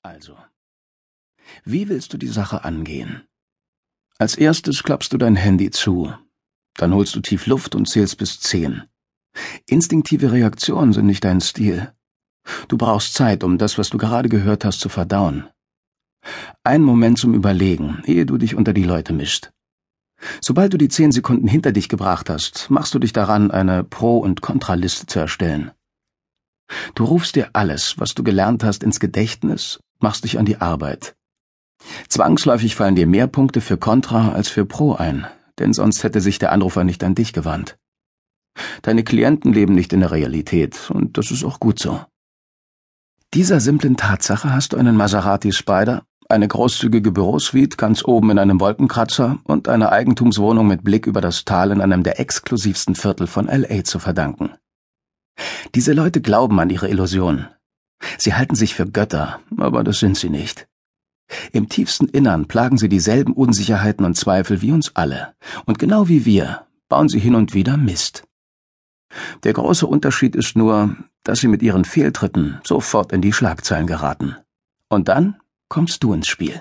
Also, wie willst du die Sache angehen? Als erstes klappst du dein Handy zu. Dann holst du tief Luft und zählst bis 10. Instinktive Reaktionen sind nicht dein Stil. Du brauchst Zeit, um das, was du gerade gehört hast, zu verdauen. Einen Moment zum Überlegen, ehe du dich unter die Leute mischst. Sobald du die 10 Sekunden hinter dich gebracht hast, machst du dich daran, eine Pro- und Kontraliste zu erstellen. Du rufst dir alles, was du gelernt hast, ins Gedächtnis, machst dich an die Arbeit. Zwangsläufig fallen dir mehr Punkte für Kontra als für Pro ein, denn sonst hätte sich der Anrufer nicht an dich gewandt. Deine Klienten leben nicht in der Realität, und das ist auch gut so. Dieser simplen Tatsache hast du einen Maserati Spider, eine großzügige Bürosuite ganz oben in einem Wolkenkratzer und eine Eigentumswohnung mit Blick über das Tal in einem der exklusivsten Viertel von LA zu verdanken. Diese Leute glauben an ihre Illusion. Sie halten sich für Götter, aber das sind sie nicht. Im tiefsten Innern plagen sie dieselben Unsicherheiten und Zweifel wie uns alle, und genau wie wir bauen sie hin und wieder Mist. Der große Unterschied ist nur, dass sie mit ihren Fehltritten sofort in die Schlagzeilen geraten. Und dann kommst du ins Spiel.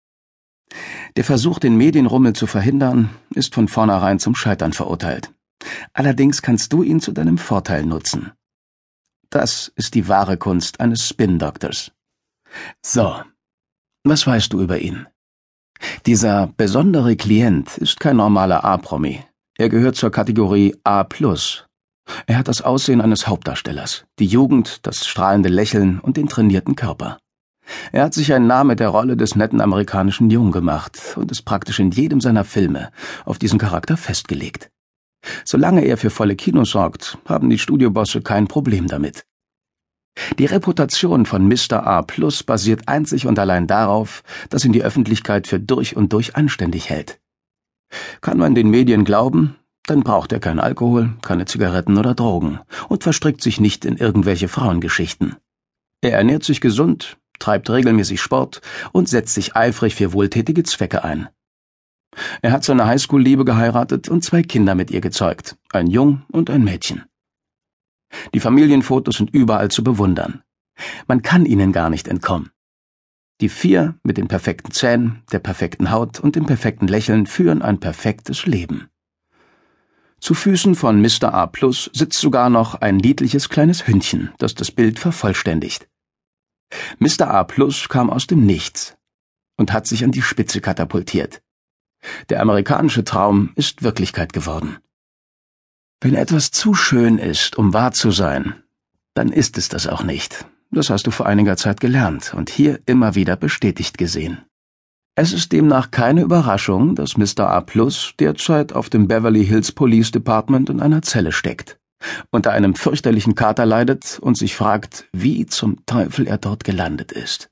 Der Versuch, den Medienrummel zu verhindern, ist von vornherein zum Scheitern verurteilt. Allerdings kannst du ihn zu deinem Vorteil nutzen. Das ist die wahre Kunst eines Spin-Doktors. So, was weißt du über ihn? Dieser besondere Klient ist kein normaler A-Promi. Er gehört zur Kategorie A+. Er hat das Aussehen eines Hauptdarstellers, die Jugend, das strahlende Lächeln und den trainierten Körper. Er hat sich einen Namen mit der Rolle des netten amerikanischen Jungen gemacht und ist praktisch in jedem seiner Filme auf diesen Charakter festgelegt. Solange er für volle Kinos sorgt, haben die Studiobosse kein Problem damit. Die Reputation von Mr. A+ basiert einzig und allein darauf, dass ihn die Öffentlichkeit für durch und durch anständig hält. Kann man den Medien glauben, dann braucht er kein Alkohol, keine Zigaretten oder Drogen und verstrickt sich nicht in irgendwelche Frauengeschichten. Er ernährt sich gesund, treibt regelmäßig Sport und setzt sich eifrig für wohltätige Zwecke ein. Er hat seine Highschool-Liebe geheiratet und 2 Kinder mit ihr gezeugt, ein Jung und ein Mädchen. Die Familienfotos sind überall zu bewundern. Man kann ihnen gar nicht entkommen. Die 4 mit den perfekten Zähnen, der perfekten Haut und dem perfekten Lächeln führen ein perfektes Leben. Zu Füßen von Mr. A+ sitzt sogar noch ein niedliches kleines Hündchen, das das Bild vervollständigt. Mr. A+ kam aus dem Nichts und hat sich an die Spitze katapultiert. Der amerikanische Traum ist Wirklichkeit geworden. Wenn etwas zu schön ist, um wahr zu sein, dann ist es das auch nicht. Das hast du vor einiger Zeit gelernt und hier immer wieder bestätigt gesehen. Es ist demnach keine Überraschung, dass Mr. A+ derzeit auf dem Beverly Hills Police Department in einer Zelle steckt, unter einem fürchterlichen Kater leidet und sich fragt, wie zum Teufel er dort gelandet ist.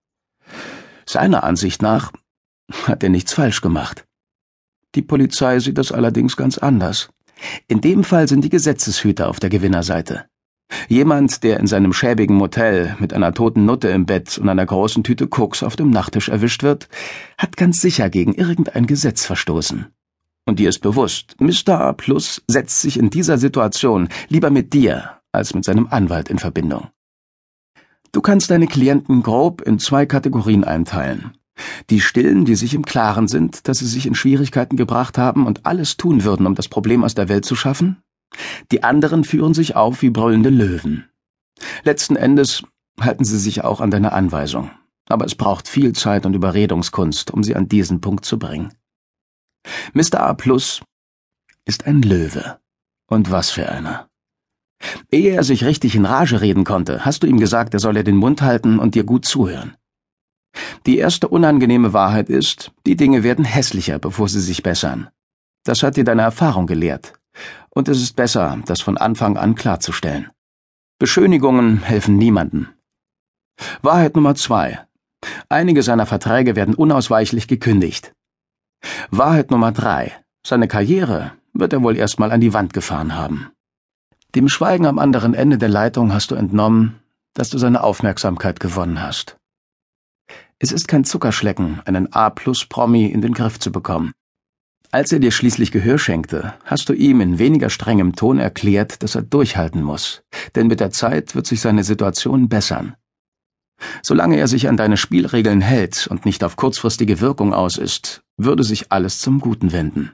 Seiner Ansicht nach hat er nichts falsch gemacht. Die Polizei sieht das allerdings ganz anders. In dem Fall sind die Gesetzeshüter auf der Gewinnerseite. Jemand, der in seinem schäbigen Motel mit einer toten Nutte im Bett und einer großen Tüte Koks auf dem Nachttisch erwischt wird, hat ganz sicher gegen irgendein Gesetz verstoßen. Und dir ist bewusst, Mr. A+ setzt sich in dieser Situation lieber mit dir als mit seinem Anwalt in Verbindung. Du kannst deine Klienten grob in 2 Kategorien einteilen. Die Stillen, die sich im Klaren sind, dass sie sich in Schwierigkeiten gebracht haben und alles tun würden, um das Problem aus der Welt zu schaffen. Die anderen führen sich auf wie brüllende Löwen. Letzten Endes halten sie sich auch an deine Anweisung. Aber es braucht viel Zeit und Überredungskunst, um sie an diesen Punkt zu bringen. Mr. A+ ist ein Löwe. Und was für einer. Ehe er sich richtig in Rage reden konnte, hast du ihm gesagt, er solle den Mund halten und dir gut zuhören. Die erste unangenehme Wahrheit ist, die Dinge werden hässlicher, bevor sie sich bessern. Das hat dir deine Erfahrung gelehrt. Und es ist besser, das von Anfang an klarzustellen. Beschönigungen helfen niemandem. Wahrheit Nummer 2. Einige seiner Verträge werden unausweichlich gekündigt. Wahrheit Nummer 3. Seine Karriere wird er wohl erstmal an die Wand gefahren haben. Dem Schweigen am anderen Ende der Leitung hast du entnommen, dass du seine Aufmerksamkeit gewonnen hast. Es ist kein Zuckerschlecken, einen A+-Promi in den Griff zu bekommen. Als er dir schließlich Gehör schenkte, hast du ihm in weniger strengem Ton erklärt, dass er durchhalten muss, denn mit der Zeit wird sich seine Situation bessern. Solange er sich an deine Spielregeln hält und nicht auf kurzfristige Wirkung aus ist, würde sich alles zum Guten wenden.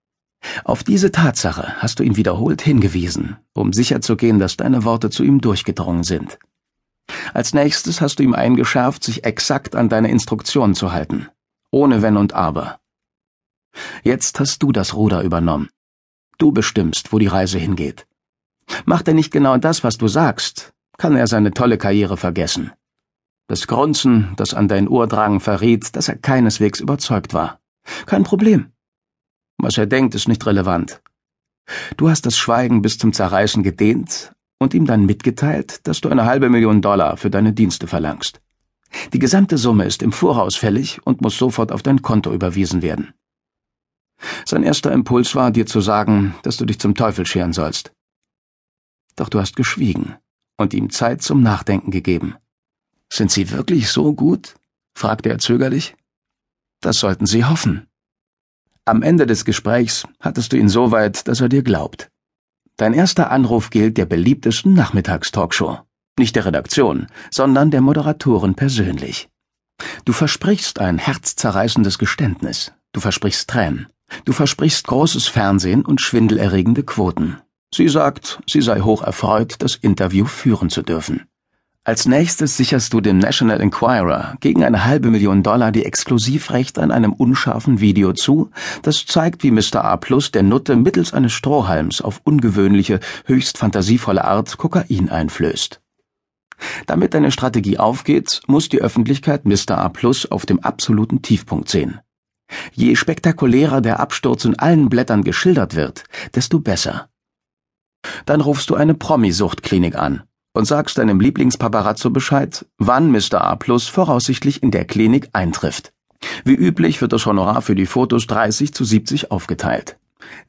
Auf diese Tatsache hast du ihn wiederholt hingewiesen, um sicherzugehen, dass deine Worte zu ihm durchgedrungen sind. Als nächstes hast du ihm eingeschärft, sich exakt an deine Instruktionen zu halten, ohne Wenn und Aber. Jetzt hast du das Ruder übernommen. Du bestimmst, wo die Reise hingeht. Macht er nicht genau das, was du sagst, kann er seine tolle Karriere vergessen. Das Grunzen, das an dein Ohr drang, verriet, dass er keineswegs überzeugt war. Kein Problem. Was er denkt, ist nicht relevant. Du hast das Schweigen bis zum Zerreißen gedehnt und ihm dann mitgeteilt, dass du $500.000 für deine Dienste verlangst. Die gesamte Summe ist im Voraus fällig und muss sofort auf dein Konto überwiesen werden. Sein erster Impuls war, dir zu sagen, dass du dich zum Teufel scheren sollst. Doch du hast geschwiegen und ihm Zeit zum Nachdenken gegeben. »Sind Sie wirklich so gut?« fragte er zögerlich. »Das sollten Sie hoffen.« Am Ende des Gesprächs hattest du ihn so weit, dass er dir glaubt. Dein erster Anruf gilt der beliebtesten Nachmittagstalkshow. Nicht der Redaktion, sondern der Moderatorin persönlich. Du versprichst ein herzzerreißendes Geständnis. Du versprichst Tränen. Du versprichst großes Fernsehen und schwindelerregende Quoten. Sie sagt, sie sei hoch erfreut, das Interview führen zu dürfen. Als nächstes sicherst du dem National Enquirer gegen $500.000 die Exklusivrechte an einem unscharfen Video zu, das zeigt, wie Mr. A+ der Nutte mittels eines Strohhalms auf ungewöhnliche, höchst fantasievolle Art Kokain einflößt. Damit deine Strategie aufgeht, muss die Öffentlichkeit Mr. A+ auf dem absoluten Tiefpunkt sehen. Je spektakulärer der Absturz in allen Blättern geschildert wird, desto besser. Dann rufst du eine Promi-Suchtklinik an und sagst deinem Lieblingspaparazzo Bescheid, wann Mr. A+ voraussichtlich in der Klinik eintrifft. Wie üblich wird das Honorar für die Fotos 30:70 aufgeteilt.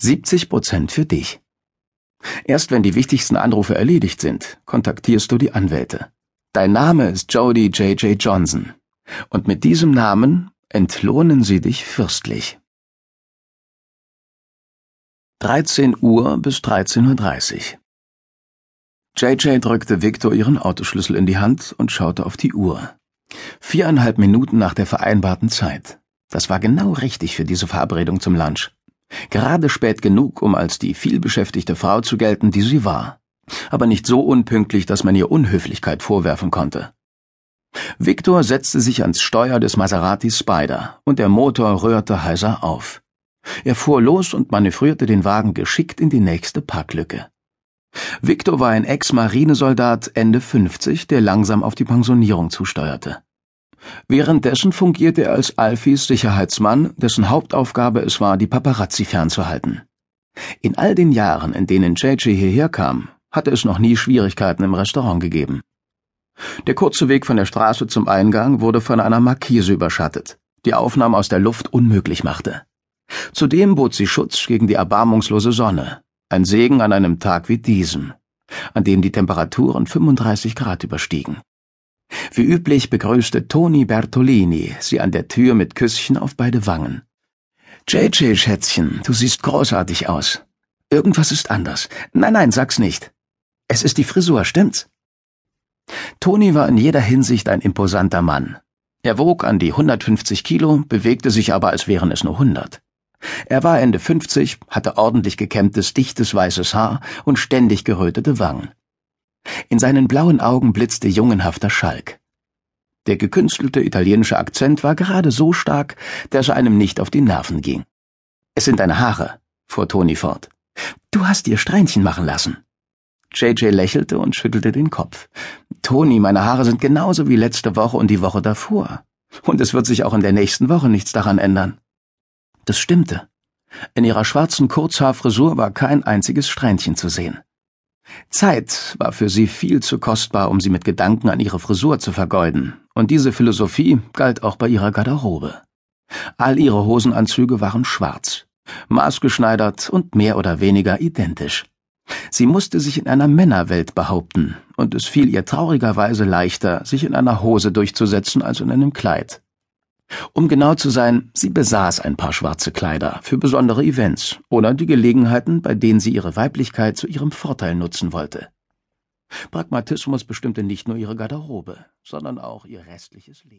70% für dich. Erst wenn die wichtigsten Anrufe erledigt sind, kontaktierst du die Anwälte. Dein Name ist Jody J.J. Johnson. Und mit diesem Namen entlohnen sie dich fürstlich. 13 Uhr bis 13:30 Uhr. JJ drückte Victor ihren Autoschlüssel in die Hand und schaute auf die Uhr. 4,5 Minuten nach der vereinbarten Zeit. Das war genau richtig für diese Verabredung zum Lunch. Gerade spät genug, um als die vielbeschäftigte Frau zu gelten, die sie war. Aber nicht so unpünktlich, dass man ihr Unhöflichkeit vorwerfen konnte. Victor setzte sich ans Steuer des Maserati Spider und der Motor rührte heiser auf. Er fuhr los und manövrierte den Wagen geschickt in die nächste Parklücke. Victor war ein Ex-Marinesoldat Ende 50, der langsam auf die Pensionierung zusteuerte. Währenddessen fungierte er als Alfies Sicherheitsmann, dessen Hauptaufgabe es war, die Paparazzi fernzuhalten. In all den Jahren, in denen JJ hierher kam, hatte es noch nie Schwierigkeiten im Restaurant gegeben. Der kurze Weg von der Straße zum Eingang wurde von einer Markise überschattet, die Aufnahmen aus der Luft unmöglich machte. Zudem bot sie Schutz gegen die erbarmungslose Sonne, ein Segen an einem Tag wie diesem, an dem die Temperaturen 35 Grad überstiegen. Wie üblich begrüßte Toni Bertolini sie an der Tür mit Küsschen auf beide Wangen. »JJ, Schätzchen, du siehst großartig aus. Irgendwas ist anders. Nein, sag's nicht. Es ist die Frisur, stimmt's?« Toni war in jeder Hinsicht ein imposanter Mann. Er wog an die 150 Kilo, bewegte sich aber, als wären es nur 100. Er war Ende 50, hatte ordentlich gekämmtes, dichtes weißes Haar und ständig gerötete Wangen. In seinen blauen Augen blitzte jungenhafter Schalk. Der gekünstelte italienische Akzent war gerade so stark, dass er einem nicht auf die Nerven ging. »Es sind deine Haare«, fuhr Toni fort. »Du hast dir Strähnchen machen lassen.« JJ lächelte und schüttelte den Kopf. »Toni, meine Haare sind genauso wie letzte Woche und die Woche davor. Und es wird sich auch in der nächsten Woche nichts daran ändern.« Das stimmte. In ihrer schwarzen Kurzhaarfrisur war kein einziges Strähnchen zu sehen. Zeit war für sie viel zu kostbar, um sie mit Gedanken an ihre Frisur zu vergeuden, und diese Philosophie galt auch bei ihrer Garderobe. All ihre Hosenanzüge waren schwarz, maßgeschneidert und mehr oder weniger identisch. Sie musste sich in einer Männerwelt behaupten, und es fiel ihr traurigerweise leichter, sich in einer Hose durchzusetzen als in einem Kleid. Um genau zu sein, sie besaß ein paar schwarze Kleider für besondere Events oder die Gelegenheiten, bei denen sie ihre Weiblichkeit zu ihrem Vorteil nutzen wollte. Pragmatismus bestimmte nicht nur ihre Garderobe, sondern auch ihr restliches Leben.